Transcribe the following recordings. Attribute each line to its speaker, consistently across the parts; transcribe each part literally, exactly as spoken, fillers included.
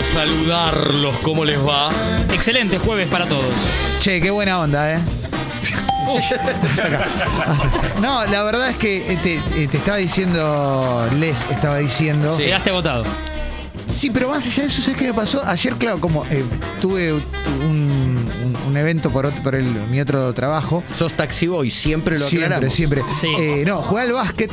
Speaker 1: gusto saludarlos. ¿Cómo les va?
Speaker 2: Excelente jueves para todos.
Speaker 3: Che, qué buena onda, ¿eh? No, la verdad es que te, te estaba diciendo, Les estaba diciendo...
Speaker 2: Sí. Quedaste votado.
Speaker 3: Sí, pero más allá de eso, ¿sabes qué me pasó? Ayer, claro, como eh, tuve un, un, un evento por, otro, por el, mi otro trabajo.
Speaker 1: Sos taxi boy, siempre lo aclaramos.
Speaker 3: Siempre, siempre.
Speaker 2: Sí.
Speaker 3: Eh, no, jugué al básquet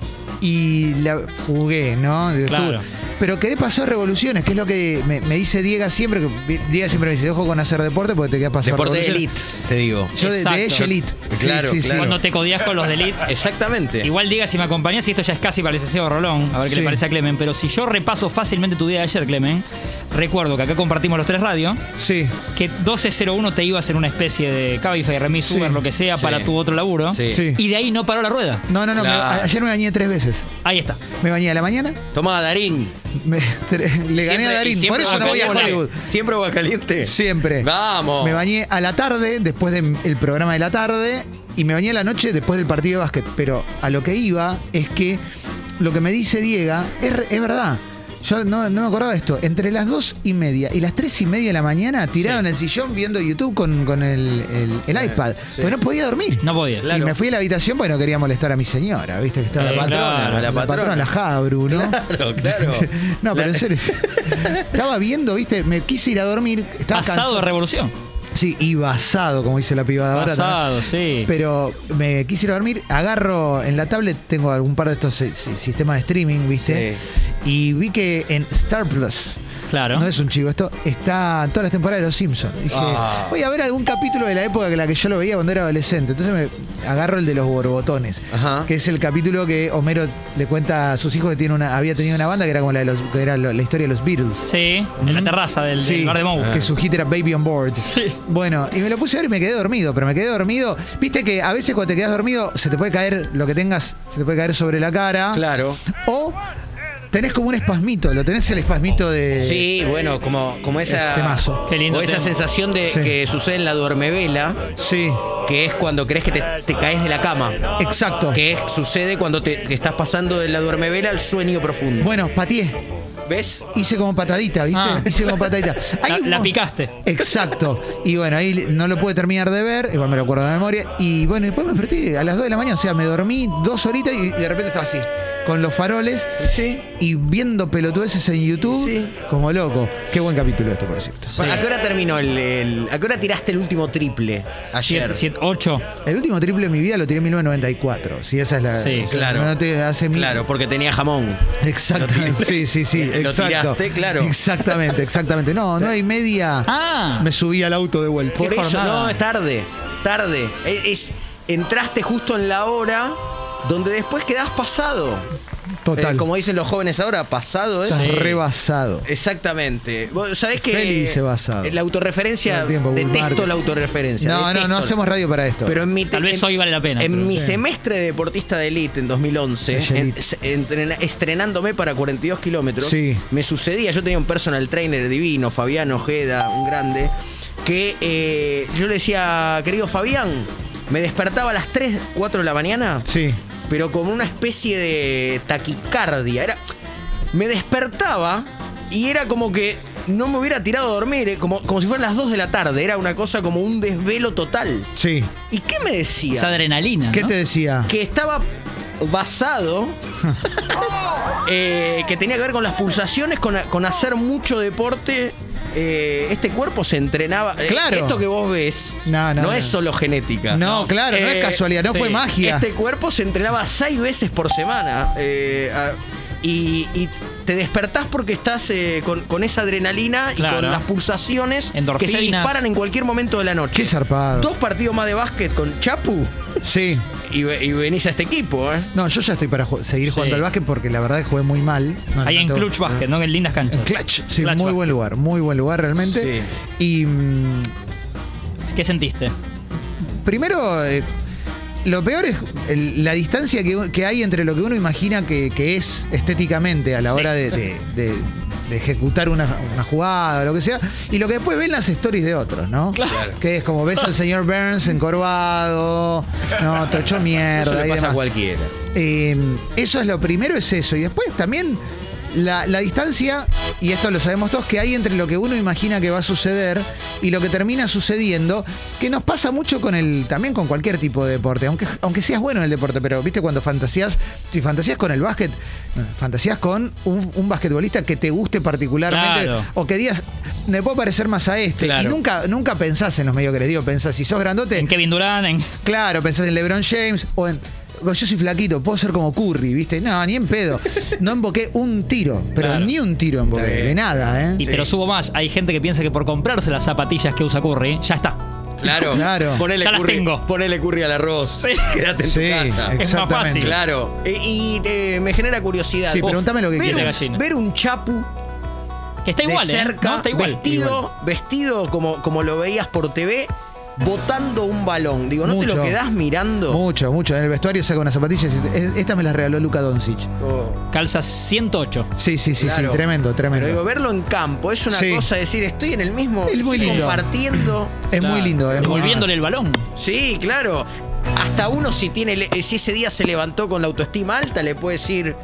Speaker 3: y la jugué, ¿no?
Speaker 2: Claro.
Speaker 3: Estuve, pero quedé pasado revoluciones, que es lo que me, me dice Diego siempre. Que Diego siempre me dice, ojo con hacer deporte porque te quedas pasado
Speaker 1: Deporte de
Speaker 3: revoluciones.
Speaker 1: elite, te digo.
Speaker 3: Yo de, de ella elite.
Speaker 1: Claro,
Speaker 3: sí, sí,
Speaker 1: claro.
Speaker 2: Cuando te codías con los de elite.
Speaker 1: Exactamente.
Speaker 2: Igual diga si me acompañás, y esto ya es casi para el licenciado Rolón, a ver qué
Speaker 3: Sí.
Speaker 2: le parece a Clemen. Pero si yo repaso fácilmente tu día de ayer, Clemen, recuerdo que acá compartimos los tres radios,
Speaker 3: Sí.
Speaker 2: que doce cero uno te ibas en una especie de Cabify, remis,
Speaker 3: Sí.
Speaker 2: Uber, lo que sea,
Speaker 1: Sí.
Speaker 2: para tu otro laburo.
Speaker 1: Sí.
Speaker 3: Sí.
Speaker 2: Y de ahí no paró la rueda.
Speaker 3: No, no, no.
Speaker 1: Claro.
Speaker 3: me- ayer me bañé tres veces.
Speaker 2: Ahí está.
Speaker 3: Me bañé a la mañana.
Speaker 1: Toma, Darín.
Speaker 3: me- tre- le gané
Speaker 1: Siempre-
Speaker 3: a
Speaker 1: y
Speaker 3: Darín. Por
Speaker 1: siempre
Speaker 3: eso no voy a
Speaker 1: agua
Speaker 3: Hollywood.
Speaker 1: caliente. Siempre agua caliente.
Speaker 3: Siempre.
Speaker 1: Vamos.
Speaker 3: Me bañé a la tarde, después del programa de la tarde, y me bañé a la noche después del partido de básquet. Pero a lo que iba es que lo que me dice Diego es, re- es verdad. Yo no, no me acordaba de esto. Entre las dos y media y las tres y media de la mañana, tirado
Speaker 1: Sí.
Speaker 3: en el sillón viendo YouTube con, con el, el- el
Speaker 1: Sí.
Speaker 3: iPad.
Speaker 1: Sí.
Speaker 3: Porque no podía dormir.
Speaker 2: No podía.
Speaker 1: Claro.
Speaker 3: Y me fui a la habitación porque no quería molestar a mi señora, ¿viste? Que estaba
Speaker 2: Eh,
Speaker 3: la patrona,
Speaker 2: claro,
Speaker 1: la
Speaker 3: la patrona,
Speaker 1: patrona.
Speaker 3: la Jabru, ¿no?
Speaker 1: Claro, claro.
Speaker 3: No, pero
Speaker 1: La-
Speaker 3: en serio. Estaba viendo, ¿viste? Me quise ir a dormir. Estaba
Speaker 2: Asado
Speaker 3: cansado.
Speaker 2: de revolución.
Speaker 3: Sí, y basado, como dice la piba de ahora.
Speaker 2: Basado,
Speaker 3: también.
Speaker 2: sí.
Speaker 3: Pero me quise ir a dormir, agarro en la tablet, tengo algún par de estos eh, si- sistemas de streaming, ¿viste? Y vi que en Star Plus,
Speaker 2: Claro.
Speaker 3: no es un chivo esto, está todas las temporadas de Los Simpsons. Dije,
Speaker 1: Ah.
Speaker 3: voy a ver algún capítulo de la época en la que yo lo veía cuando era adolescente. Entonces me agarro el de los borbotones,
Speaker 1: Ajá.
Speaker 3: que es el capítulo que Homero le cuenta a sus hijos que tiene una, había tenido una banda que era como la de los, que era lo- la historia de los Beatles.
Speaker 2: Sí, en la terraza del, del
Speaker 3: Sí,
Speaker 2: bar de Mou.
Speaker 3: que su hit era Baby on Board.
Speaker 2: Sí.
Speaker 3: Bueno, y me lo puse a ver y me quedé dormido, pero me quedé dormido. Viste que a veces cuando te quedas dormido se te puede caer lo que tengas, se te puede caer sobre la cara.
Speaker 1: Claro.
Speaker 3: O tenés como un espasmito, lo tenés el espasmito de...
Speaker 1: Sí, bueno, como, como esa.
Speaker 3: Temazo.
Speaker 2: Qué lindo
Speaker 1: O esa
Speaker 2: tema.
Speaker 1: sensación de
Speaker 3: Sí.
Speaker 1: que sucede en la duermevela,
Speaker 3: Sí,
Speaker 1: que es cuando crees que te, te caes de la cama.
Speaker 3: exacto.
Speaker 1: Que es- sucede cuando te que estás pasando de la duermevela al sueño profundo.
Speaker 3: Bueno, pateé.
Speaker 1: ¿Ves?
Speaker 3: Hice como patadita, ¿viste?
Speaker 2: Ah.
Speaker 3: Hice como patadita. Hay
Speaker 2: La,
Speaker 3: un
Speaker 2: la
Speaker 3: mo-
Speaker 2: picaste.
Speaker 3: Exacto. Y bueno, ahí no lo pude terminar de ver, igual me lo acuerdo de memoria. Y bueno, después me desperté a las dos de la mañana, o sea, me dormí dos horitas y de repente estaba así, con los faroles
Speaker 1: Sí.
Speaker 3: y viendo pelotudeces en YouTube
Speaker 1: Sí.
Speaker 3: como loco. Qué buen capítulo este, por cierto.
Speaker 1: Bueno, ¿a qué hora terminó el, el- ¿A qué hora tiraste el último triple? Ayer.
Speaker 2: siete, ocho.
Speaker 3: El último triple de mi vida lo tiré en mil novecientos noventa y cuatro. Si esa es la.
Speaker 2: Sí,
Speaker 3: o sea,
Speaker 1: claro.
Speaker 3: no te hace mil-
Speaker 1: Claro, porque tenía jamón.
Speaker 3: Exactamente.
Speaker 1: Lo
Speaker 3: Sí, sí, sí.
Speaker 1: Lo
Speaker 3: Exacto.
Speaker 1: tiraste, claro.
Speaker 3: Exactamente, exactamente. No, nueve y media.
Speaker 2: Ah.
Speaker 3: Me subí al auto de vuelta.
Speaker 1: Por
Speaker 2: ¿Qué
Speaker 1: eso,
Speaker 2: jornada?
Speaker 1: no, es tarde. Tarde. Es, es- entraste justo en la hora donde después quedás pasado.
Speaker 3: Total.
Speaker 1: Eh, como dicen los jóvenes ahora, pasado, ¿eh?
Speaker 3: Estás
Speaker 2: Sí.
Speaker 3: rebasado.
Speaker 1: Exactamente. Vos sabés que.
Speaker 3: Feliz basado.
Speaker 1: La autorreferencia.
Speaker 3: Todo el tiempo,
Speaker 1: detesto
Speaker 3: Bullmarket.
Speaker 1: la autorreferencia.
Speaker 3: No, no,
Speaker 1: detesto.
Speaker 3: no hacemos radio para esto.
Speaker 1: Pero en mi,
Speaker 2: Tal vez
Speaker 1: en-
Speaker 2: hoy vale la pena.
Speaker 1: En
Speaker 2: pero-
Speaker 1: mi
Speaker 3: sí.
Speaker 1: semestre de deportista de elite en dos mil once,
Speaker 3: De
Speaker 1: en-
Speaker 3: elite.
Speaker 1: se- entrena- estrenándome para cuarenta y dos kilómetros,
Speaker 3: Sí.
Speaker 1: me sucedía, yo tenía un personal trainer divino, Fabián Ojeda, un grande, que eh, yo le decía, querido Fabián, me despertaba a las tres, cuatro de la mañana,
Speaker 3: Sí.
Speaker 1: pero con una especie de taquicardia. Era, me despertaba y era como que no me hubiera tirado a dormir, eh, como, como si fueran las dos de la tarde. Era una cosa como un desvelo total.
Speaker 3: Sí.
Speaker 1: ¿Y qué me decía?
Speaker 2: Esa adrenalina.
Speaker 3: ¿Qué
Speaker 2: ¿no?
Speaker 3: te decía?
Speaker 1: Que estaba basado, eh, que tenía que ver con las pulsaciones, con, con hacer mucho deporte. Eh, este cuerpo se entrenaba. eh,
Speaker 3: Claro.
Speaker 1: Esto que vos ves
Speaker 3: No, no, no.
Speaker 1: es solo genética.
Speaker 3: No, claro, no es
Speaker 1: Eh,
Speaker 3: casualidad, no
Speaker 2: sí.
Speaker 3: fue magia.
Speaker 1: Este cuerpo se entrenaba seis veces por semana. eh, a- y, y te despertás porque estás eh, con, con esa adrenalina y
Speaker 2: Claro.
Speaker 1: con las pulsaciones que se
Speaker 2: Endorfinas.
Speaker 1: disparan en cualquier momento de la noche.
Speaker 3: Qué zarpado.
Speaker 1: Dos partidos más de básquet con Chapu
Speaker 3: Sí.
Speaker 1: y, ve- y venís a este equipo, ¿eh?
Speaker 3: No, yo ya estoy para ju- seguir
Speaker 2: Sí.
Speaker 3: jugando al básquet porque la verdad es que jugué muy mal. No,
Speaker 2: Ahí
Speaker 3: no
Speaker 2: en
Speaker 3: tengo-
Speaker 2: Clutch Basket, ¿no? En lindas canchas.
Speaker 3: En Clutch, sí,
Speaker 2: Clutch
Speaker 3: muy
Speaker 2: Basket.
Speaker 3: buen lugar, muy buen lugar realmente.
Speaker 1: Sí.
Speaker 3: Y mm,
Speaker 2: ¿Qué sentiste?
Speaker 3: primero, eh, lo peor es el- la distancia que, que hay entre lo que uno imagina que, que es estéticamente a la
Speaker 2: Sí.
Speaker 3: hora de, de- de- de ejecutar una, una jugada o lo que sea, y lo que después ven las stories de otros, ¿no?
Speaker 2: Claro.
Speaker 3: Que es como ves al señor Burns encorvado, no, te echó mierda.
Speaker 1: Eso le
Speaker 3: y
Speaker 1: pasa a
Speaker 3: demás.
Speaker 1: cualquiera.
Speaker 3: Eh, eso es lo primero, es eso. Y después también la, la distancia, y esto lo sabemos todos, que hay entre lo que uno imagina que va a suceder y lo que termina sucediendo, que nos pasa mucho con el, también con cualquier tipo de deporte, aunque, aunque seas bueno en el deporte, pero viste cuando fantasías, si fantasías con el básquet, fantasías con un, un basquetbolista que te guste particularmente,
Speaker 2: Claro.
Speaker 3: o que digas, me puedo parecer más a este,
Speaker 1: Claro.
Speaker 3: y nunca, nunca pensás en los mediocres, digo, pensás, si sos grandote,
Speaker 2: En Kevin Durant, en...
Speaker 3: claro, pensás en LeBron James o en. Yo soy flaquito, puedo ser como Curry, ¿viste? No, ni en pedo. No emboqué un tiro, pero
Speaker 2: Claro.
Speaker 3: ni un tiro emboqué,
Speaker 1: Está bien.
Speaker 3: de nada, ¿eh?
Speaker 2: Y te
Speaker 1: Sí.
Speaker 2: lo subo más. Hay gente que piensa que por comprarse las zapatillas que usa Curry, ya está.
Speaker 1: Claro,
Speaker 3: Claro.
Speaker 1: Ponele,
Speaker 2: Ya las
Speaker 1: curry,
Speaker 2: tengo.
Speaker 1: ponele curry al arroz.
Speaker 2: Sí.
Speaker 1: Quédate en
Speaker 3: Sí,
Speaker 1: tu casa.
Speaker 2: Es más
Speaker 3: exactamente.
Speaker 2: fácil.
Speaker 1: Claro. E- y eh, me genera curiosidad.
Speaker 3: Sí,
Speaker 1: Uf,
Speaker 3: preguntame lo que
Speaker 1: ver,
Speaker 3: quieras.
Speaker 1: un, ver un chapu
Speaker 2: Que está igual,
Speaker 1: de
Speaker 2: ¿eh?
Speaker 1: cerca,
Speaker 2: No, está igual.
Speaker 1: vestido,
Speaker 2: Igual.
Speaker 1: vestido como, como lo veías por T V, botando un balón. Digo, ¿no te
Speaker 3: Mucho.
Speaker 1: lo quedás mirando?
Speaker 3: Mucho, mucho. En el vestuario saca unas zapatillas. y- Esta me las regaló Luka Doncic.
Speaker 1: Oh,
Speaker 2: Calza ciento ocho.
Speaker 3: Sí, sí, sí,
Speaker 1: claro.
Speaker 3: sí. Tremendo, tremendo.
Speaker 1: Pero digo, verlo en campo es una
Speaker 3: Sí.
Speaker 1: cosa, decir, estoy en el mismo,
Speaker 3: Es muy
Speaker 1: estoy
Speaker 3: lindo.
Speaker 1: compartiendo.
Speaker 3: es muy
Speaker 2: Claro.
Speaker 3: lindo. Es muy
Speaker 2: Devolviéndole el balón.
Speaker 1: Sí, claro. Hasta uno si tiene, le- si ese día se levantó con la autoestima alta, le puede decir,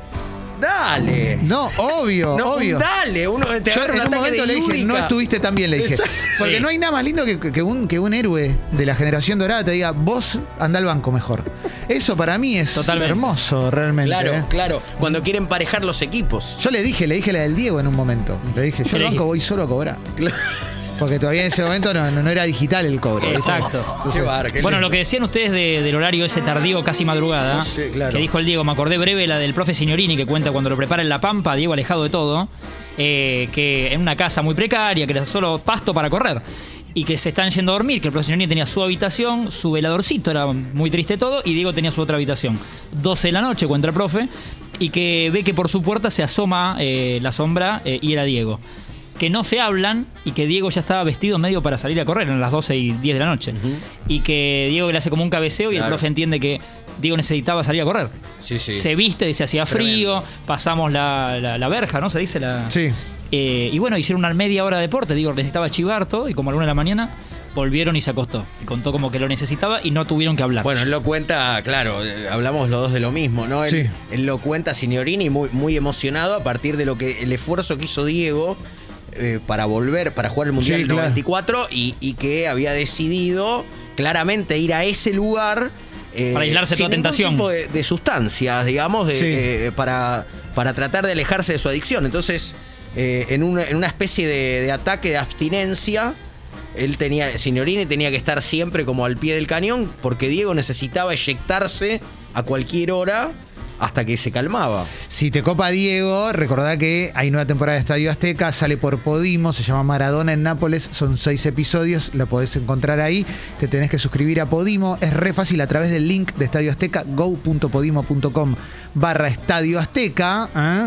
Speaker 1: dale.
Speaker 3: No, obvio,
Speaker 1: No,
Speaker 3: obvio.
Speaker 1: dale, uno te
Speaker 3: Yo
Speaker 1: agarra
Speaker 3: en
Speaker 1: un
Speaker 3: un
Speaker 1: ataque
Speaker 3: momento
Speaker 1: de
Speaker 3: le dije,
Speaker 1: lúdica.
Speaker 3: no estuviste tan bien, le dije.
Speaker 1: Exacto.
Speaker 3: Porque
Speaker 2: Sí.
Speaker 3: no hay nada más lindo que, que un, que un héroe de la generación dorada te diga, vos anda al banco mejor. Eso para mí es
Speaker 2: Totalmente.
Speaker 3: hermoso, realmente.
Speaker 1: Claro,
Speaker 3: ¿eh?
Speaker 1: claro. Cuando quieren parejar los equipos.
Speaker 3: Yo le dije, le dije la del Diego en un momento. Le dije, yo
Speaker 2: ¿Qué
Speaker 3: al
Speaker 2: le
Speaker 3: banco
Speaker 2: dijiste?
Speaker 3: voy solo a cobrar. Porque todavía en ese momento no, no, no era digital el cobro.
Speaker 2: Exacto.
Speaker 1: Qué bar, qué
Speaker 2: Bueno,
Speaker 1: lindo.
Speaker 2: lo que decían ustedes de- del horario ese tardío, casi madrugada,
Speaker 1: Sí, claro.
Speaker 2: que dijo el Diego, me acordé breve la del profe Signorini que cuenta cuando lo prepara en La Pampa, Diego alejado de todo, eh, que en una casa muy precaria, que era solo pasto para correr, y que se están yendo a dormir, que el profe Signorini tenía su habitación, su veladorcito, era muy triste todo, y Diego tenía su otra habitación. doce de la noche, cuenta el profe, y que ve que por su puerta se asoma eh, la sombra eh, y era Diego. Que no se hablan y que Diego ya estaba vestido medio para salir a correr, en las doce y diez de la noche. Y que Diego le hace como un cabeceo y el
Speaker 1: Claro.
Speaker 2: profe entiende que Diego necesitaba salir a correr.
Speaker 1: Sí, sí.
Speaker 2: Se viste, dice hacía frío, pasamos la, la- la verja, ¿no? Se dice la.
Speaker 3: Sí.
Speaker 2: Eh, y bueno, hicieron una media hora de deporte, Diego necesitaba chivar todo y como a la una de la mañana volvieron y se acostó. Y contó como que lo necesitaba y no tuvieron que hablar.
Speaker 1: Bueno, él lo cuenta, claro, eh, hablamos los dos de lo mismo, ¿no? Él,
Speaker 3: Sí.
Speaker 1: él lo cuenta Signorini muy, muy emocionado a partir de lo que el esfuerzo que hizo Diego eh, para volver, para jugar el Mundial
Speaker 3: Sí,
Speaker 1: del
Speaker 3: claro.
Speaker 1: noventa y cuatro y, y que había decidido claramente ir a ese lugar. eh,
Speaker 2: Para aislarse de
Speaker 1: sin
Speaker 2: toda
Speaker 1: ningún
Speaker 2: tentación.
Speaker 1: tipo de, de sustancias, digamos, de,
Speaker 3: Sí.
Speaker 1: eh, para, para tratar de alejarse de su adicción. Entonces, eh, en, una, en una especie de, de ataque de abstinencia, él tenía, Signorini tenía que estar siempre como al pie del cañón porque Diego necesitaba eyectarse a cualquier hora hasta que se calmaba.
Speaker 3: Si te copa Diego, recordá que hay nueva temporada de Estadio Azteca, sale por Podimo, se llama Maradona en Nápoles, son seis episodios, lo podés encontrar ahí, te tenés que suscribir a Podimo, es re fácil a través del link de Estadio Azteca, go.podimo.com barra Estadio Azteca, ¿eh?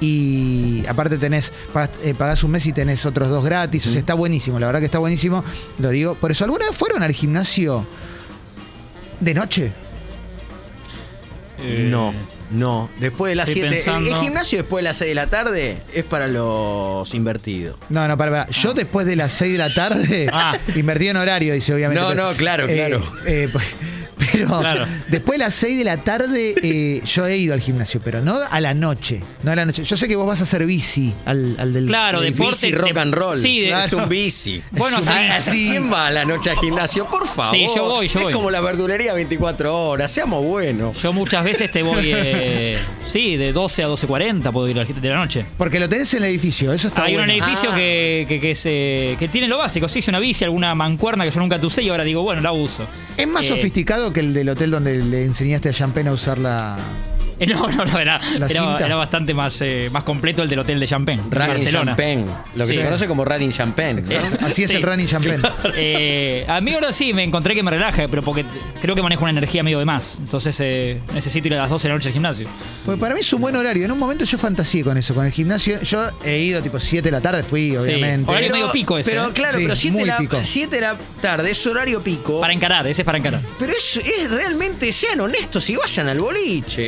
Speaker 3: Y aparte tenés, pagás, eh, pagás un mes y tenés otros dos gratis, o sea, está buenísimo, la verdad que está buenísimo, lo digo, por eso, ¿alguna vez fueron al gimnasio de noche?
Speaker 2: Eh,
Speaker 1: No, no. Después de las
Speaker 2: estoy
Speaker 1: siete. El,
Speaker 2: pensando.
Speaker 1: el gimnasio después de las seis de la tarde es para los invertidos.
Speaker 3: No, no, para, para. Yo después de las seis de la tarde
Speaker 2: Ah.
Speaker 3: invertí en horario, dice obviamente.
Speaker 1: No,
Speaker 3: Pero,
Speaker 1: no, claro,
Speaker 3: eh,
Speaker 1: claro.
Speaker 3: eh, pues, pero
Speaker 2: Claro.
Speaker 3: después de las seis de la tarde eh, yo he ido al gimnasio, pero no a la noche. No a la noche. Yo sé que vos vas a hacer bici al, al del.
Speaker 2: Claro,
Speaker 3: del-
Speaker 2: deporte.
Speaker 1: Bici rock
Speaker 2: de-
Speaker 1: and roll.
Speaker 2: sí, de-
Speaker 1: es un bici.
Speaker 2: Bueno,
Speaker 3: Es un
Speaker 2: sí.
Speaker 3: bici.
Speaker 1: ¿Quién va a la noche al gimnasio? Por favor.
Speaker 2: Sí, yo voy, yo
Speaker 1: es
Speaker 2: voy.
Speaker 1: como la verdulería veinticuatro horas. Seamos buenos.
Speaker 2: Yo muchas veces te voy, eh, sí, de doce a doce cuarenta puedo ir al- de la noche.
Speaker 3: Porque lo tenés en el edificio, eso está
Speaker 2: Hay
Speaker 3: bueno.
Speaker 2: un edificio
Speaker 1: Ah.
Speaker 2: que, que, que, se- que tiene lo básico, sí, es una bici, alguna mancuerna que yo nunca te usé y ahora digo, bueno, la uso.
Speaker 3: Es más
Speaker 2: Eh,
Speaker 3: sofisticado que el del hotel donde le enseñaste a Champagne a usar la.
Speaker 2: eh, No, no, no, era,
Speaker 3: La
Speaker 2: era,
Speaker 3: cinta.
Speaker 2: era bastante más, eh, más completo el del hotel de Champagne, en
Speaker 1: Running
Speaker 2: Barcelona.
Speaker 1: Champagne. Lo que
Speaker 2: Sí.
Speaker 1: se conoce como Running Champagne. ¿no?
Speaker 3: Así es
Speaker 2: Sí.
Speaker 3: el running Champagne.
Speaker 2: Eh, a mí ahora sí me encontré que me relaja, pero porque creo que manejo una energía medio de más. Entonces eh, necesito ir a las doce de la noche al gimnasio.
Speaker 3: Porque para mí es un buen horario. En un momento yo fantaseé con eso, con el gimnasio. Yo he ido tipo siete de la tarde, fui, obviamente.
Speaker 2: Horario medio pico ese,
Speaker 1: Pero
Speaker 2: ¿eh?
Speaker 1: claro,
Speaker 3: Sí,
Speaker 1: pero siete
Speaker 3: muy
Speaker 1: de, la,
Speaker 3: pico.
Speaker 1: siete de la tarde es horario pico.
Speaker 2: Para encarar, ese es para encarar.
Speaker 1: Pero es, es realmente, sean honestos y vayan al boliche.
Speaker 2: Sí,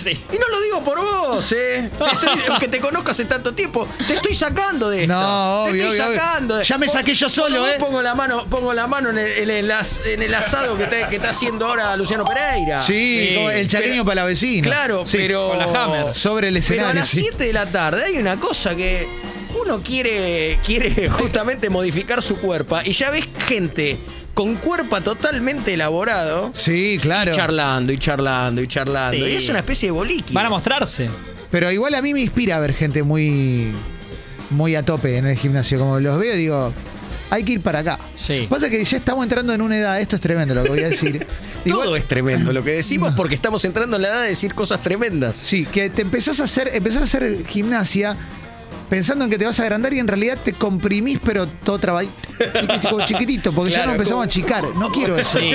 Speaker 2: Sí.
Speaker 1: Y no lo digo por vos, ¿eh? Te estoy- aunque te conozco hace tanto tiempo, te estoy sacando de esto.
Speaker 3: No,
Speaker 1: te
Speaker 3: obvio,
Speaker 1: estoy
Speaker 3: obvio,
Speaker 1: sacando.
Speaker 3: obvio. Ya me saqué yo solo,
Speaker 1: Cuando
Speaker 3: ¿eh?
Speaker 1: Pongo la mano, pongo la mano en el, en el as- en el asado que, te- que está haciendo ahora Luciano Pereira.
Speaker 3: Sí,
Speaker 2: Sí.
Speaker 3: como el chaqueño para la vecina.
Speaker 1: Claro,
Speaker 3: Sí.
Speaker 1: pero.
Speaker 2: Con la Hammer.
Speaker 3: Sobre el
Speaker 1: Pero a
Speaker 3: escenario.
Speaker 1: las
Speaker 3: sí.
Speaker 1: siete de la tarde hay una cosa que uno quiere, quiere justamente modificar su cuerpo y ya ves gente con cuerpo totalmente elaborado
Speaker 3: Sí, claro.
Speaker 1: y charlando y charlando y charlando.
Speaker 2: Sí.
Speaker 1: Y es una especie de boliqui.
Speaker 2: Van a mostrarse.
Speaker 3: Pero igual a mí me inspira ver gente muy, muy a tope en el gimnasio. Como los veo, digo, hay que ir para acá.
Speaker 2: Sí.
Speaker 3: Pasa que ya estamos entrando en una edad, esto es tremendo lo que voy a decir.
Speaker 1: Todo
Speaker 3: Igual-
Speaker 1: es tremendo lo que decimos porque estamos entrando en la edad de decir cosas tremendas.
Speaker 3: Sí, que te empezás a hacer, empezás a hacer gimnasia pensando en que te vas a agrandar y en realidad te comprimís, pero todo trabadito. Viste, como chiquitito, porque ya
Speaker 1: Claro,
Speaker 3: no empezamos
Speaker 1: como-
Speaker 3: a achicar. No quiero eso.
Speaker 2: Sí.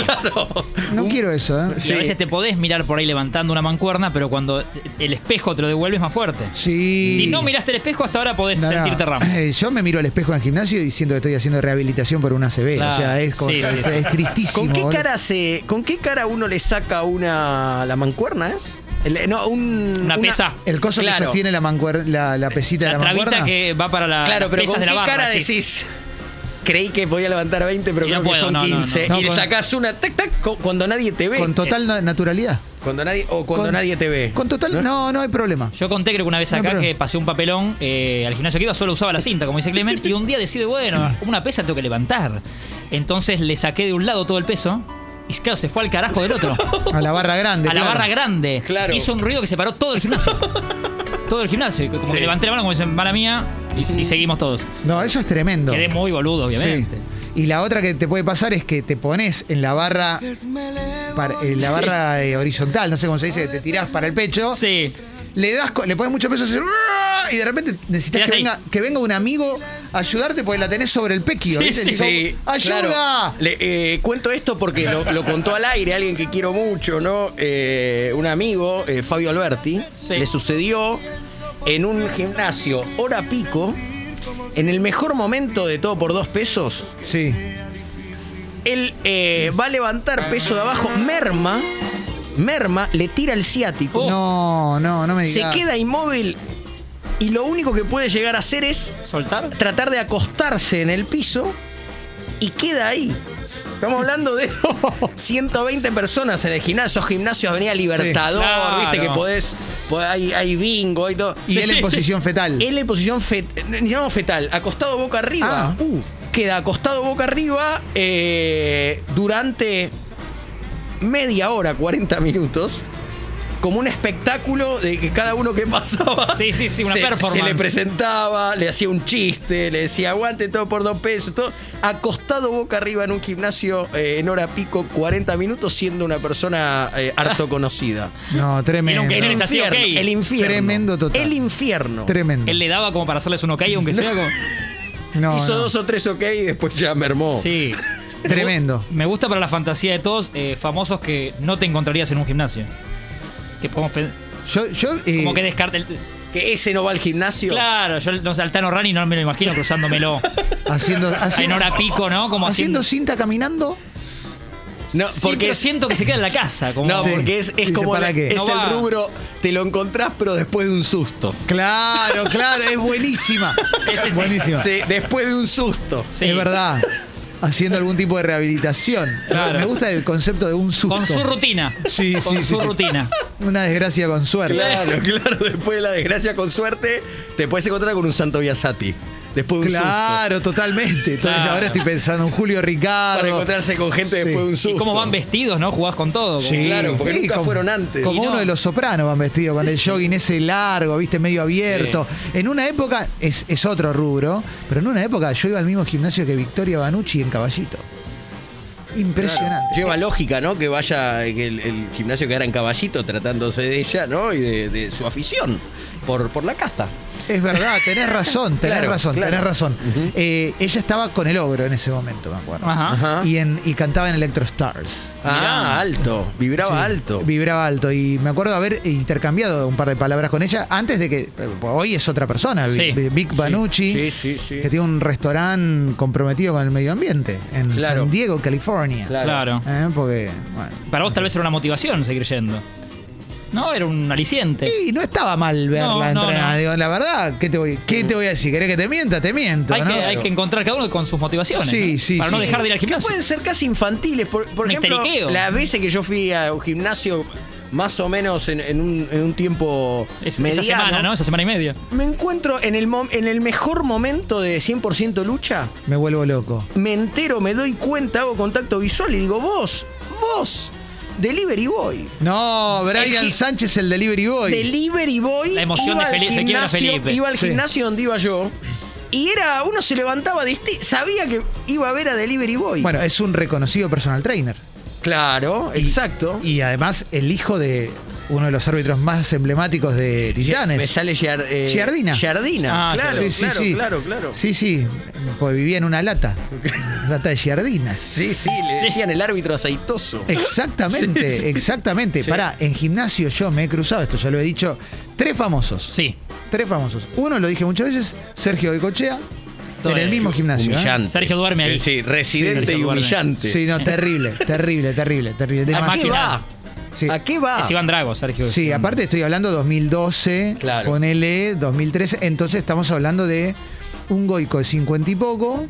Speaker 3: No quiero eso, ¿eh?
Speaker 2: Y
Speaker 1: Sí.
Speaker 2: a veces te podés mirar por ahí levantando una mancuerna, pero cuando el espejo te lo devuelve es más fuerte.
Speaker 3: Sí.
Speaker 2: Si no miraste el espejo, hasta ahora podés
Speaker 3: No, no.
Speaker 2: sentirte ramo.
Speaker 3: Eh, Yo me miro al espejo en el gimnasio y siento que estoy haciendo rehabilitación por una A C V.
Speaker 2: Claro.
Speaker 3: O sea, es, como-
Speaker 2: Sí, sí,
Speaker 3: es,
Speaker 2: sí.
Speaker 3: es tristísimo.
Speaker 1: ¿Con qué
Speaker 3: boludo.
Speaker 1: cara se, con qué cara uno le saca una la mancuerna es? El- no, un,
Speaker 2: Una pesa.
Speaker 3: El coso que
Speaker 1: Claro.
Speaker 3: sostiene la, mancuer- la, la pesita
Speaker 2: La
Speaker 3: de la
Speaker 2: trabita
Speaker 3: mancuerna.
Speaker 2: que va para la,
Speaker 1: Claro,
Speaker 2: las
Speaker 1: pero
Speaker 2: pesas
Speaker 1: ¿con
Speaker 2: de
Speaker 1: qué
Speaker 2: la barra.
Speaker 1: cara
Speaker 2: sí.
Speaker 1: decís? Creí que podía levantar veinte, pero
Speaker 2: Y
Speaker 1: creo
Speaker 2: no
Speaker 1: que
Speaker 2: puedo,
Speaker 1: son
Speaker 2: no, no, no.
Speaker 1: quince.
Speaker 3: No,
Speaker 1: y le
Speaker 3: con-
Speaker 1: sacás una tac tac cu- cuando nadie te ve.
Speaker 3: Con total
Speaker 2: Es-
Speaker 3: na- naturalidad.
Speaker 1: Cuando nadie, o cuando
Speaker 3: Con-
Speaker 1: nadie te ve.
Speaker 3: Con total. No, no hay problema.
Speaker 2: Yo conté creo que una vez
Speaker 3: No,
Speaker 2: acá
Speaker 3: pero-
Speaker 2: que pasé un papelón eh, al gimnasio que iba, solo usaba la cinta, como dice Clemen, y un día decide, bueno, una pesa tengo que levantar. Entonces le saqué de un lado todo el peso y claro, se fue al carajo del otro.
Speaker 3: A la barra grande.
Speaker 2: a la
Speaker 3: claro.
Speaker 2: barra grande.
Speaker 1: Claro.
Speaker 2: Hizo un ruido que se paró todo el gimnasio. Todo el gimnasio. Y Como
Speaker 1: Sí.
Speaker 2: que levanté la mano como dicen, mala mía, y, y seguimos todos.
Speaker 3: No, eso es tremendo.
Speaker 2: Quedé muy boludo, obviamente.
Speaker 3: Sí. Y la otra que te puede pasar es que te pones en la barra para- en la barra eh, horizontal, no sé cómo se dice, te tirás para el pecho,
Speaker 2: Sí.
Speaker 3: le das co- le pones mucho peso haces, ¡ah! Y de repente necesitas que
Speaker 2: Quedás ahí.
Speaker 3: venga, que venga un amigo a ayudarte porque la tenés sobre el pequio,
Speaker 2: Sí,
Speaker 3: ¿viste?
Speaker 2: sí,
Speaker 3: Así como,
Speaker 1: Sí,
Speaker 3: ¡ayuda!
Speaker 1: claro. Le, eh, cuento esto porque lo, lo contó al aire alguien que quiero mucho, ¿no? Eh, un amigo, eh, Fabio Alberti,
Speaker 2: Sí.
Speaker 1: le sucedió en un gimnasio hora pico, en el mejor momento de todo por dos pesos.
Speaker 3: Sí.
Speaker 1: Él eh, va a levantar peso de abajo, merma, merma, le tira el ciático,
Speaker 2: Oh.
Speaker 3: No, no, no me
Speaker 1: se
Speaker 3: digas.
Speaker 1: queda inmóvil y lo único que puede llegar a hacer es
Speaker 2: ¿Soltar?
Speaker 1: tratar de acostarse en el piso y queda ahí. Estamos hablando de ciento veinte personas en el gimnasio, gimnasio Avenida Libertador,
Speaker 2: Claro.
Speaker 1: viste que podés, podés- hay, hay bingo y todo.
Speaker 3: Y él en posición fetal.
Speaker 1: Él en posición fet, ni llamamos fetal, acostado boca arriba.
Speaker 3: Ah, uh.
Speaker 1: Queda acostado boca arriba eh, durante media hora, cuarenta minutos. Como un espectáculo de que cada uno que pasaba
Speaker 2: Sí, sí, sí, una
Speaker 1: se,
Speaker 2: performance.
Speaker 1: se le presentaba, le hacía un chiste, le decía aguante todo por dos pesos, todo acostado boca arriba en un gimnasio eh, en hora pico, cuarenta minutos, siendo una persona eh, harto conocida.
Speaker 3: No, tremendo.
Speaker 2: Era un
Speaker 1: El
Speaker 2: que les hacía
Speaker 1: infierno,
Speaker 2: ok.
Speaker 1: el infierno.
Speaker 3: Tremendo total.
Speaker 1: El infierno.
Speaker 3: Tremendo.
Speaker 2: Él le daba como para hacerles un ok, aunque sea como...
Speaker 3: No,
Speaker 1: Hizo
Speaker 3: no.
Speaker 1: dos o tres ok y después ya mermó.
Speaker 2: Sí.
Speaker 3: Tremendo.
Speaker 2: Me gusta para la fantasía de todos eh, famosos que no te encontrarías en un gimnasio. Que podemos pe-
Speaker 3: Yo, yo eh,
Speaker 2: como que descarte el-
Speaker 1: Que ese no va al gimnasio.
Speaker 2: Claro, yo no sé, al Tano Rani no me lo imagino cruzándomelo
Speaker 3: haciendo,
Speaker 2: en
Speaker 3: haciendo,
Speaker 2: hora pico, ¿no? Como
Speaker 3: haciendo
Speaker 2: haciendo.
Speaker 3: cinta caminando.
Speaker 1: No,
Speaker 2: Sí,
Speaker 1: porque
Speaker 2: pero
Speaker 1: es,
Speaker 2: siento que se queda en la casa. Como...
Speaker 1: no,
Speaker 3: Sí.
Speaker 1: porque es, es
Speaker 3: Dice,
Speaker 1: como
Speaker 3: ¿para
Speaker 1: la-
Speaker 3: qué?
Speaker 1: es
Speaker 2: No
Speaker 1: el
Speaker 2: va.
Speaker 1: rubro, te lo encontrás pero después de un susto.
Speaker 3: Claro, claro, es buenísima.
Speaker 2: Ese sí.
Speaker 3: Buenísima.
Speaker 1: Sí, después de un susto.
Speaker 2: Sí.
Speaker 3: Es verdad. Haciendo algún tipo de rehabilitación.
Speaker 2: Claro.
Speaker 3: Me gusta el concepto de un susto.
Speaker 2: Con su rutina.
Speaker 3: Sí, sí,
Speaker 2: Con
Speaker 3: sí,
Speaker 2: su
Speaker 3: sí.
Speaker 2: rutina.
Speaker 3: Una desgracia con suerte.
Speaker 1: Claro, claro, después de la desgracia con suerte, te puedes encontrar con un Santo Biasati. Después de un
Speaker 3: Claro, totalmente. Entonces,
Speaker 2: Claro.
Speaker 3: Ahora estoy pensando en Julio
Speaker 1: susto.
Speaker 3: Ricardo.
Speaker 1: Para encontrarse con gente
Speaker 3: Sí.
Speaker 1: después de un susto.
Speaker 2: Y cómo van vestidos, ¿no? Jugás con todo. como-
Speaker 3: Sí,
Speaker 1: Claro, porque nunca
Speaker 3: como-
Speaker 1: fueron antes.
Speaker 3: Como
Speaker 2: Y no.
Speaker 3: uno de los sopranos van vestidos, con el jogging ese largo, viste, medio abierto. En una época, es, es otro rubro, pero en una época yo iba al mismo gimnasio que Victoria Banucci en Caballito. Impresionante.
Speaker 1: Lleva lógica, ¿no? Que vaya, que el, el gimnasio quedara en Caballito tratándose de ella, ¿no? Y de, de su afición por, por la caza.
Speaker 3: Es verdad, tenés razón, tenés
Speaker 1: Claro,
Speaker 3: razón,
Speaker 1: claro.
Speaker 3: tenés razón.
Speaker 1: Ujú.
Speaker 3: Eh, ella estaba con el ogro en ese momento, me acuerdo.
Speaker 2: Ajá.
Speaker 1: Ajá.
Speaker 3: Y, en, y cantaba en Electro Stars.
Speaker 1: Ah,
Speaker 2: Mirá.
Speaker 1: alto. Vibraba
Speaker 3: Sí,
Speaker 1: alto.
Speaker 3: Vibraba alto. Y me acuerdo haber intercambiado un par de palabras con ella antes de que. eh, Hoy es otra persona,
Speaker 2: Sí.
Speaker 3: Vic Vic Banucci,
Speaker 1: Sí, sí, sí.
Speaker 3: que tiene un restaurante comprometido con el medio ambiente en
Speaker 1: Claro.
Speaker 3: San Diego, California.
Speaker 1: Claro.
Speaker 2: Claro.
Speaker 3: Eh, porque, bueno.
Speaker 2: Para vos tal vez era una motivación seguir yendo. No, era un aliciente.
Speaker 3: Y no estaba mal verla
Speaker 2: No, no,
Speaker 3: entrenar.
Speaker 2: no.
Speaker 3: Digo, la verdad, ¿qué te voy, qué te voy a decir? ¿Querés que te mienta? Te miento,
Speaker 2: Hay,
Speaker 3: ¿no?
Speaker 2: que, hay que encontrar cada uno con sus motivaciones.
Speaker 3: Sí,
Speaker 2: ¿no?
Speaker 3: sí,
Speaker 2: Para no
Speaker 3: sí.
Speaker 2: dejar de ir al
Speaker 1: Que
Speaker 2: gimnasio.
Speaker 1: pueden ser casi infantiles. Por, por
Speaker 2: Un
Speaker 1: ejemplo,
Speaker 2: histeriqueo.
Speaker 1: las veces que yo fui a un gimnasio más o menos en, en un, en un tiempo
Speaker 2: Es-
Speaker 1: mediano,
Speaker 2: esa semana, ¿no? Esa semana y media.
Speaker 1: me encuentro en el, mom- en el mejor momento de cien por ciento lucha.
Speaker 3: Me vuelvo loco.
Speaker 1: Me entero, me doy cuenta, hago contacto visual y digo, vos, vos, Delivery Boy.
Speaker 3: No, Brian
Speaker 1: El gi-
Speaker 3: Sánchez, el Delivery Boy.
Speaker 1: Delivery Boy.
Speaker 2: La emoción
Speaker 1: iba
Speaker 2: de
Speaker 1: al
Speaker 2: Felipe, se quiebra
Speaker 1: gimnasio-
Speaker 2: Felipe.
Speaker 1: Iba al
Speaker 3: Sí.
Speaker 1: gimnasio donde iba yo. Y era, uno se levantaba disti- sabía que iba a ver a Delivery Boy.
Speaker 3: Bueno, es un reconocido personal trainer.
Speaker 1: claro,
Speaker 3: Y-
Speaker 1: exacto.
Speaker 3: Y además, el hijo de uno de los árbitros más emblemáticos de Titanes.
Speaker 1: Me sale Giar- eh,
Speaker 3: Giardina.
Speaker 1: Giardina,
Speaker 2: Ah,
Speaker 1: claro,
Speaker 3: sí, sí,
Speaker 1: claro,
Speaker 3: sí.
Speaker 1: claro, claro.
Speaker 3: Sí, sí, pues vivía en una lata. Lata de Giardinas.
Speaker 1: Sí, sí, le
Speaker 2: Sí.
Speaker 1: decían el árbitro aceitoso.
Speaker 3: Exactamente,
Speaker 1: Sí, sí.
Speaker 3: exactamente.
Speaker 1: Sí.
Speaker 3: Pará, en gimnasio yo me he cruzado, esto ya lo he dicho, tres famosos.
Speaker 2: Sí.
Speaker 3: Tres famosos. Uno lo dije muchas veces, Sergio Goicoechea,
Speaker 2: Todo
Speaker 3: en el
Speaker 2: bien.
Speaker 3: mismo gimnasio. ¿eh?
Speaker 1: Humillante.
Speaker 2: Sergio duerme ahí.
Speaker 1: Sí, residente
Speaker 2: Sergio
Speaker 1: y
Speaker 2: duerme.
Speaker 1: humillante.
Speaker 3: Sí, no, terrible, terrible, terrible, terrible.
Speaker 1: ¿A qué
Speaker 3: Demasiado.
Speaker 1: va?
Speaker 3: Sí.
Speaker 1: ¿A qué va?
Speaker 2: Es Iván Drago, Sergio.
Speaker 3: Sí, aparte estoy hablando dos mil doce,
Speaker 1: Claro.
Speaker 3: ponele dos mil trece, entonces estamos hablando de un Goico de cincuenta y poco,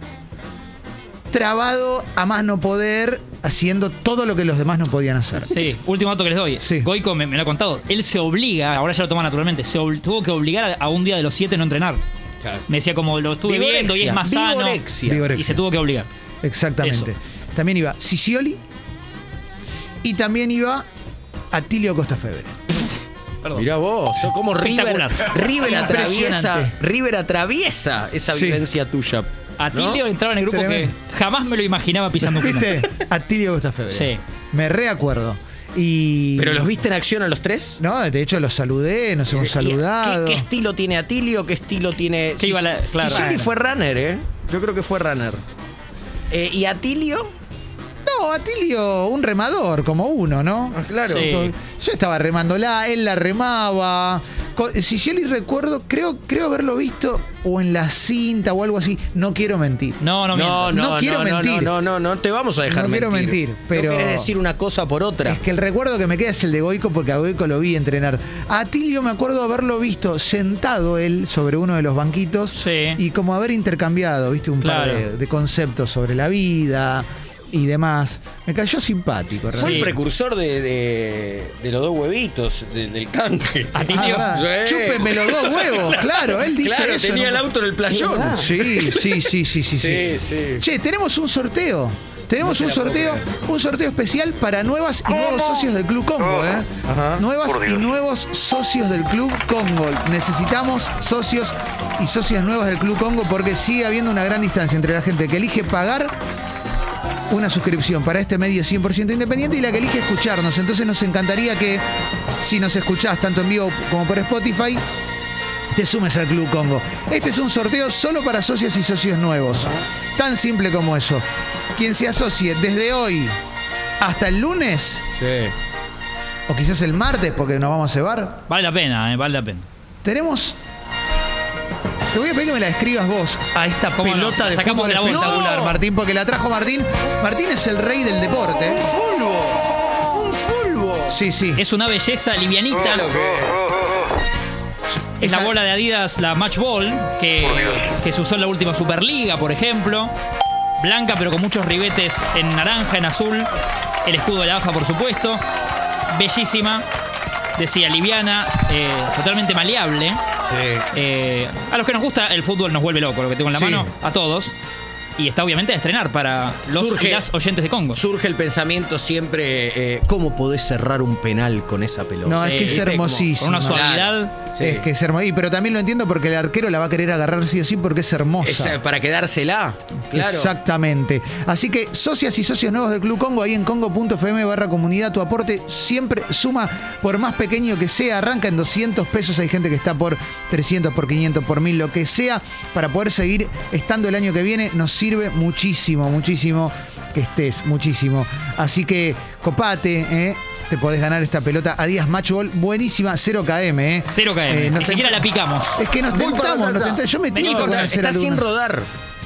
Speaker 3: trabado a más no poder, haciendo todo lo que los demás no podían hacer.
Speaker 2: Sí, último dato que les doy.
Speaker 3: Sí.
Speaker 2: Goico me, me lo ha contado. Él se obliga, ahora ya lo toma naturalmente, se ob- tuvo que obligar a, a un día de los siete no entrenar.
Speaker 1: Claro.
Speaker 2: Me decía como lo estuve
Speaker 1: Vigorexia,
Speaker 2: viendo y es más sano.
Speaker 1: vigorexia.
Speaker 3: Vigorexia.
Speaker 2: Y se tuvo que obligar.
Speaker 3: Exactamente.
Speaker 2: Eso.
Speaker 3: También iba Sicioli y también iba Atilio Costafebre.
Speaker 2: Perdón.
Speaker 1: Mirá vos, como River,
Speaker 2: Espectacular.
Speaker 1: River atraviesa,
Speaker 3: Impresionante.
Speaker 1: River atraviesa esa
Speaker 3: Sí.
Speaker 1: vivencia tuya.
Speaker 2: Atilio
Speaker 1: ¿no?
Speaker 2: entraba en el grupo
Speaker 3: Tremendo.
Speaker 2: que jamás me lo imaginaba pisando un gimnasio.
Speaker 3: ¿Viste? Atilio Costafebre.
Speaker 2: Sí.
Speaker 3: Me reacuerdo. Y.
Speaker 1: ¿Pero los viste en acción a los tres?
Speaker 3: No, de hecho los saludé, nos hemos
Speaker 1: ¿Y
Speaker 3: saludado.
Speaker 1: ¿Qué, qué estilo tiene Atilio? ¿Qué estilo tiene...?
Speaker 2: Que iba la- claro.
Speaker 1: Sicioli
Speaker 3: Bueno.
Speaker 1: fue runner, ¿eh? Yo creo que fue runner. Eh, ¿Y Atilio?
Speaker 3: No, Atilio, un remador, como uno, ¿no?
Speaker 1: Ah, claro.
Speaker 2: Sí.
Speaker 3: Yo estaba remándola, él la remaba. Co- Sicioli recuerdo, creo, creo haberlo visto o en la cinta o algo así. No quiero mentir.
Speaker 2: No, no,
Speaker 1: No,
Speaker 2: mientas.
Speaker 1: no,
Speaker 3: No quiero
Speaker 1: no, no,
Speaker 3: mentir.
Speaker 1: no, no, no te vamos a dejar
Speaker 3: No quiero mentir, pero-
Speaker 1: No querés decir una cosa por otra.
Speaker 3: Es que el recuerdo que me queda es el de Goico porque a Goico lo vi entrenar. A Atilio me acuerdo haberlo visto sentado él sobre uno de los banquitos
Speaker 2: Sí.
Speaker 3: y como haber intercambiado, viste, un par
Speaker 2: Claro.
Speaker 3: de, de conceptos sobre la vida y demás. Me cayó simpático,
Speaker 1: Fue
Speaker 3: realmente.
Speaker 1: el
Speaker 2: Sí.
Speaker 1: precursor de, de, de los dos huevitos, de- del canje.
Speaker 2: Atilio.
Speaker 3: Ah, verdad.
Speaker 1: Sí.
Speaker 3: Chúpenme los dos huevos, claro, él dice
Speaker 1: Claro,
Speaker 3: eso.
Speaker 1: tenía
Speaker 3: ¿no?
Speaker 1: el auto en el playón.
Speaker 3: Sí, sí, sí, sí, sí, sí.
Speaker 1: Sí, sí.
Speaker 3: Che, tenemos un sorteo. Tenemos
Speaker 1: No
Speaker 3: un
Speaker 1: te la puedo
Speaker 3: sorteo,
Speaker 1: creer.
Speaker 3: un sorteo especial para nuevas y nuevos socios del Club Congo, ¿eh?
Speaker 1: Ajá.
Speaker 3: Nuevas
Speaker 4: Por
Speaker 3: y
Speaker 4: Dios.
Speaker 3: nuevos socios del Club Congo. Necesitamos socios y socias nuevas del Club Congo porque sigue habiendo una gran distancia entre la gente que elige pagar una suscripción para este medio cien por ciento independiente y la que elige escucharnos. Entonces nos encantaría que si nos escuchás tanto en vivo como por Spotify, te sumes al Club Congo. Este es un sorteo solo para socias y socios nuevos. Tan simple como eso. Quien se asocie desde hoy hasta el lunes,
Speaker 1: Sí.
Speaker 3: o quizás el martes, porque nos vamos a cebar,
Speaker 2: Vale la pena, eh, vale la pena.
Speaker 3: tenemos... Te voy a pedir que me la escribas vos a esta
Speaker 2: ¿Cómo no?
Speaker 3: pelota
Speaker 2: La
Speaker 3: de
Speaker 2: sacamos
Speaker 3: fútbol
Speaker 2: de la bolsa.
Speaker 3: espectacular,
Speaker 1: ¡No!
Speaker 3: Martín, porque la trajo Martín. Martín es el rey del deporte. ¿eh?
Speaker 1: ¡Fulbo! ¡Un fulbo!
Speaker 3: Sí, sí.
Speaker 2: Es una belleza livianita.
Speaker 1: Mirá lo que
Speaker 2: Es la
Speaker 3: Esa-
Speaker 2: bola de Adidas, la Match Ball, que,
Speaker 4: Por Dios.
Speaker 2: que se usó en la última Superliga, por ejemplo. Blanca, pero con muchos ribetes en naranja, en azul. El escudo de la A F A, por supuesto. Bellísima. Decía, liviana, eh, totalmente maleable.
Speaker 1: Sí.
Speaker 2: Eh, a los que nos gusta el fútbol nos vuelve loco, lo que tengo en la
Speaker 3: Sí.
Speaker 2: mano, a todos. Y está obviamente a estrenar para los
Speaker 1: Surge-
Speaker 2: y las oyentes de Congo.
Speaker 1: Surge el pensamiento siempre, eh, ¿cómo podés cerrar un penal con esa pelota?
Speaker 3: No, es
Speaker 2: Sí,
Speaker 3: que es
Speaker 1: ¿viste? Como-
Speaker 3: hermosísimo.
Speaker 2: Con una
Speaker 1: Claro.
Speaker 2: suavidad.
Speaker 1: Sí.
Speaker 3: Es que es hermoso. Y, pero también lo entiendo porque el arquero la va a querer agarrar sí o sí porque es hermosa.
Speaker 1: Es, eh, para quedársela. Claro.
Speaker 3: Exactamente. Así que socias y socios nuevos del Club Congo, ahí en congo.fm barra comunidad, tu aporte siempre suma, por más pequeño que sea, arranca en doscientos pesos, hay gente que está por trescientos, por quinientos, por mil, lo que sea, para poder seguir estando el año que viene, nos sirve muchísimo, muchísimo que estés, muchísimo. Así que copate, ¿eh? Te podés ganar esta pelota Adidas Match Ball, buenísima, cero kilómetros, ¿eh?
Speaker 2: cero kilómetros.
Speaker 3: Eh, nos
Speaker 2: Ni siquiera
Speaker 3: tent-
Speaker 2: la picamos.
Speaker 3: Es que nos
Speaker 1: Voy para
Speaker 3: tentamos, nos
Speaker 1: allá.
Speaker 3: tentamos. Yo me
Speaker 2: Vení,
Speaker 3: tiento con
Speaker 2: porque
Speaker 3: hacer
Speaker 1: Está
Speaker 3: alguna-
Speaker 1: sin rodar.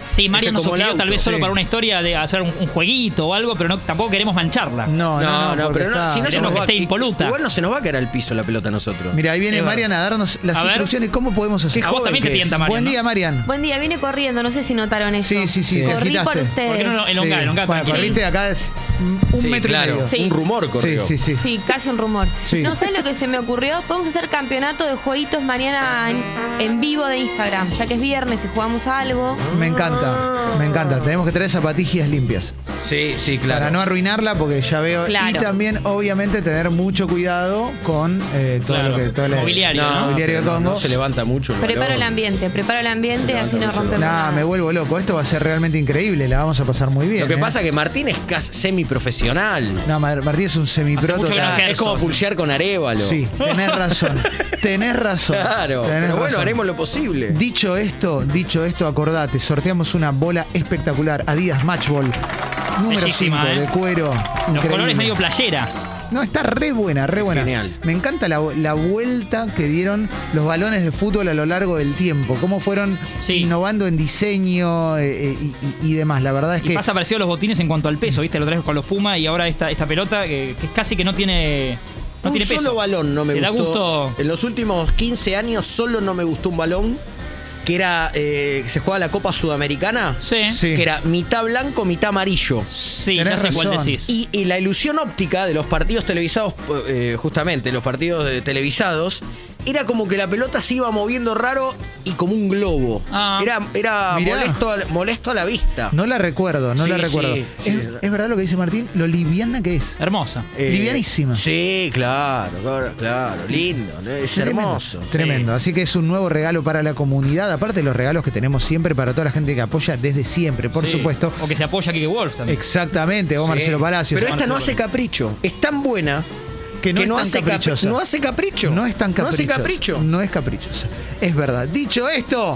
Speaker 2: Sí, Marian nos
Speaker 1: como el
Speaker 2: sugirió tal
Speaker 1: auto.
Speaker 2: vez solo
Speaker 3: Sí.
Speaker 2: para una historia de hacer un, un jueguito o algo, pero no, tampoco queremos mancharla.
Speaker 3: No, no,
Speaker 1: No,
Speaker 3: no,
Speaker 1: no,
Speaker 3: porque
Speaker 1: pero no,
Speaker 3: está-
Speaker 1: si no se
Speaker 2: Queremos
Speaker 1: nos
Speaker 2: que
Speaker 1: va
Speaker 2: esté impoluta.
Speaker 1: Igual no se nos va a caer al piso la pelota a nosotros.
Speaker 3: Mira, ahí viene
Speaker 2: Es
Speaker 3: Marian a darnos las
Speaker 2: A ver.
Speaker 3: instrucciones. ¿Cómo podemos hacer?
Speaker 1: Qué
Speaker 2: A vos
Speaker 1: joven
Speaker 2: también te
Speaker 1: que es.
Speaker 2: tienta, Marian.
Speaker 3: Buen
Speaker 2: ¿no?
Speaker 3: día, Marian.
Speaker 4: Buen día, vine corriendo, no sé si notaron eso.
Speaker 3: Sí, sí, sí, te
Speaker 4: Corrí por
Speaker 3: agitaste.
Speaker 4: ustedes.
Speaker 2: ¿Por qué no no, elongá,
Speaker 3: Sí.
Speaker 2: elongá,
Speaker 3: Bueno,
Speaker 2: tranquilo.
Speaker 3: corriste acá es un
Speaker 1: Sí,
Speaker 3: metro
Speaker 1: claro.
Speaker 3: y medio.
Speaker 4: Sí.
Speaker 1: Un rumor
Speaker 3: Sí,
Speaker 1: corrió.
Speaker 3: sí, sí.
Speaker 4: Sí, casi un rumor.
Speaker 3: Sí.
Speaker 4: No sabes lo que se me ocurrió. Podemos hacer campeonato de jueguitos mañana en, en vivo de Instagram, ya que es viernes y jugamos a algo.
Speaker 3: Me encanta, me encanta. Tenemos que traer zapatillas limpias.
Speaker 1: Sí, sí, claro.
Speaker 3: Para no arruinarla, porque ya veo.
Speaker 4: Claro.
Speaker 3: Y también, obviamente, tener mucho cuidado con eh, todo
Speaker 2: Claro.
Speaker 3: lo que. Todo el
Speaker 2: Mobiliario,
Speaker 1: no,
Speaker 2: ¿no?
Speaker 3: mobiliario
Speaker 1: pero
Speaker 3: de Congo.
Speaker 1: no se levanta mucho el
Speaker 4: Preparo
Speaker 1: balón.
Speaker 4: el ambiente, preparo el ambiente, así no
Speaker 1: mucho.
Speaker 4: rompemos
Speaker 3: Nah,
Speaker 4: nada.
Speaker 3: me vuelvo loco. Esto va a ser realmente increíble. La vamos a pasar muy bien.
Speaker 1: Lo que
Speaker 3: ¿eh?
Speaker 1: pasa es que Martín es casi semiprofesional.
Speaker 3: No, Mar- Martín es un semipro
Speaker 2: mucho que no
Speaker 3: total.
Speaker 2: ejerce.
Speaker 1: Es como
Speaker 2: Gerson.
Speaker 1: pulsear con Arevalo.
Speaker 3: Sí, tenés razón. Tenés razón.
Speaker 1: Claro.
Speaker 3: Tenés
Speaker 1: Pero bueno,
Speaker 3: razón.
Speaker 1: haremos lo posible.
Speaker 3: Dicho esto, dicho esto, acordate, sorteamos una bola espectacular, Adidas Matchball, número cinco,
Speaker 2: Bellísima, ¿eh?
Speaker 3: de cuero.
Speaker 2: Los
Speaker 3: increíble.
Speaker 2: colores medio playera.
Speaker 3: No, está re buena, re buena.
Speaker 1: Genial.
Speaker 3: Me encanta la, la vuelta que dieron los balones de fútbol a lo largo del tiempo. Cómo fueron
Speaker 2: Sí.
Speaker 3: innovando en diseño eh, eh, y, y- y demás. La verdad es
Speaker 2: Y
Speaker 3: que.
Speaker 2: pasa parecido a los botines en cuanto al peso, ¿viste? Lo traes con los Puma y ahora esta, esta pelota que, que es casi que no tiene, no
Speaker 1: un
Speaker 2: tiene
Speaker 1: solo
Speaker 2: peso.
Speaker 1: balón no me
Speaker 2: Te da
Speaker 1: gustó.
Speaker 2: gusto.
Speaker 1: En los últimos quince años solo no me gustó un balón que era eh, se jugaba la Copa Sudamericana.
Speaker 2: Sí, sí,
Speaker 3: Sí.
Speaker 1: Que era mitad blanco, mitad amarillo.
Speaker 2: ya
Speaker 3: Tenés
Speaker 2: sé cuál
Speaker 3: razón.
Speaker 2: decís.
Speaker 1: Y, y la ilusión óptica de los partidos televisados, eh, justamente los partidos de- televisados, era como que la pelota se iba moviendo raro y como un globo.
Speaker 2: Ah.
Speaker 1: Era, era
Speaker 3: Mirá.
Speaker 1: molesto, a, molesto a la vista.
Speaker 3: No la recuerdo, no
Speaker 1: Sí,
Speaker 3: la recuerdo.
Speaker 1: sí,
Speaker 3: es,
Speaker 1: sí.
Speaker 3: es verdad lo que dice Martín, lo liviana que es.
Speaker 2: Hermosa.
Speaker 1: Eh,
Speaker 3: livianísima.
Speaker 1: Sí, claro, claro, claro, lindo, ¿no? Es
Speaker 3: Tremendo,
Speaker 1: hermoso.
Speaker 3: Tremendo. Así que es un nuevo regalo para la comunidad, aparte de los regalos que tenemos siempre para toda la gente que apoya desde siempre, por
Speaker 2: Sí.
Speaker 3: supuesto.
Speaker 2: O que se apoya a Kike Wolf también.
Speaker 3: Exactamente, vos
Speaker 1: Sí.
Speaker 3: Marcelo Palacios.
Speaker 1: Pero esta no
Speaker 2: Marcelo
Speaker 1: hace capricho. Es tan buena
Speaker 3: que no,
Speaker 1: que
Speaker 3: es
Speaker 1: no
Speaker 3: tan
Speaker 1: hace, capri-
Speaker 3: caprichosa.
Speaker 1: no hace capricho.
Speaker 3: No es tan
Speaker 1: No
Speaker 3: caprichosa.
Speaker 1: hace capricho.
Speaker 3: No es caprichosa. Es verdad. Dicho esto.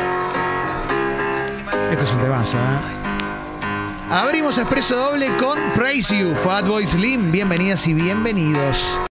Speaker 3: Esto es un temazo, ¿eh? Abrimos Expreso Doble con Praise You, Fatboy Slim. Bienvenidas y bienvenidos.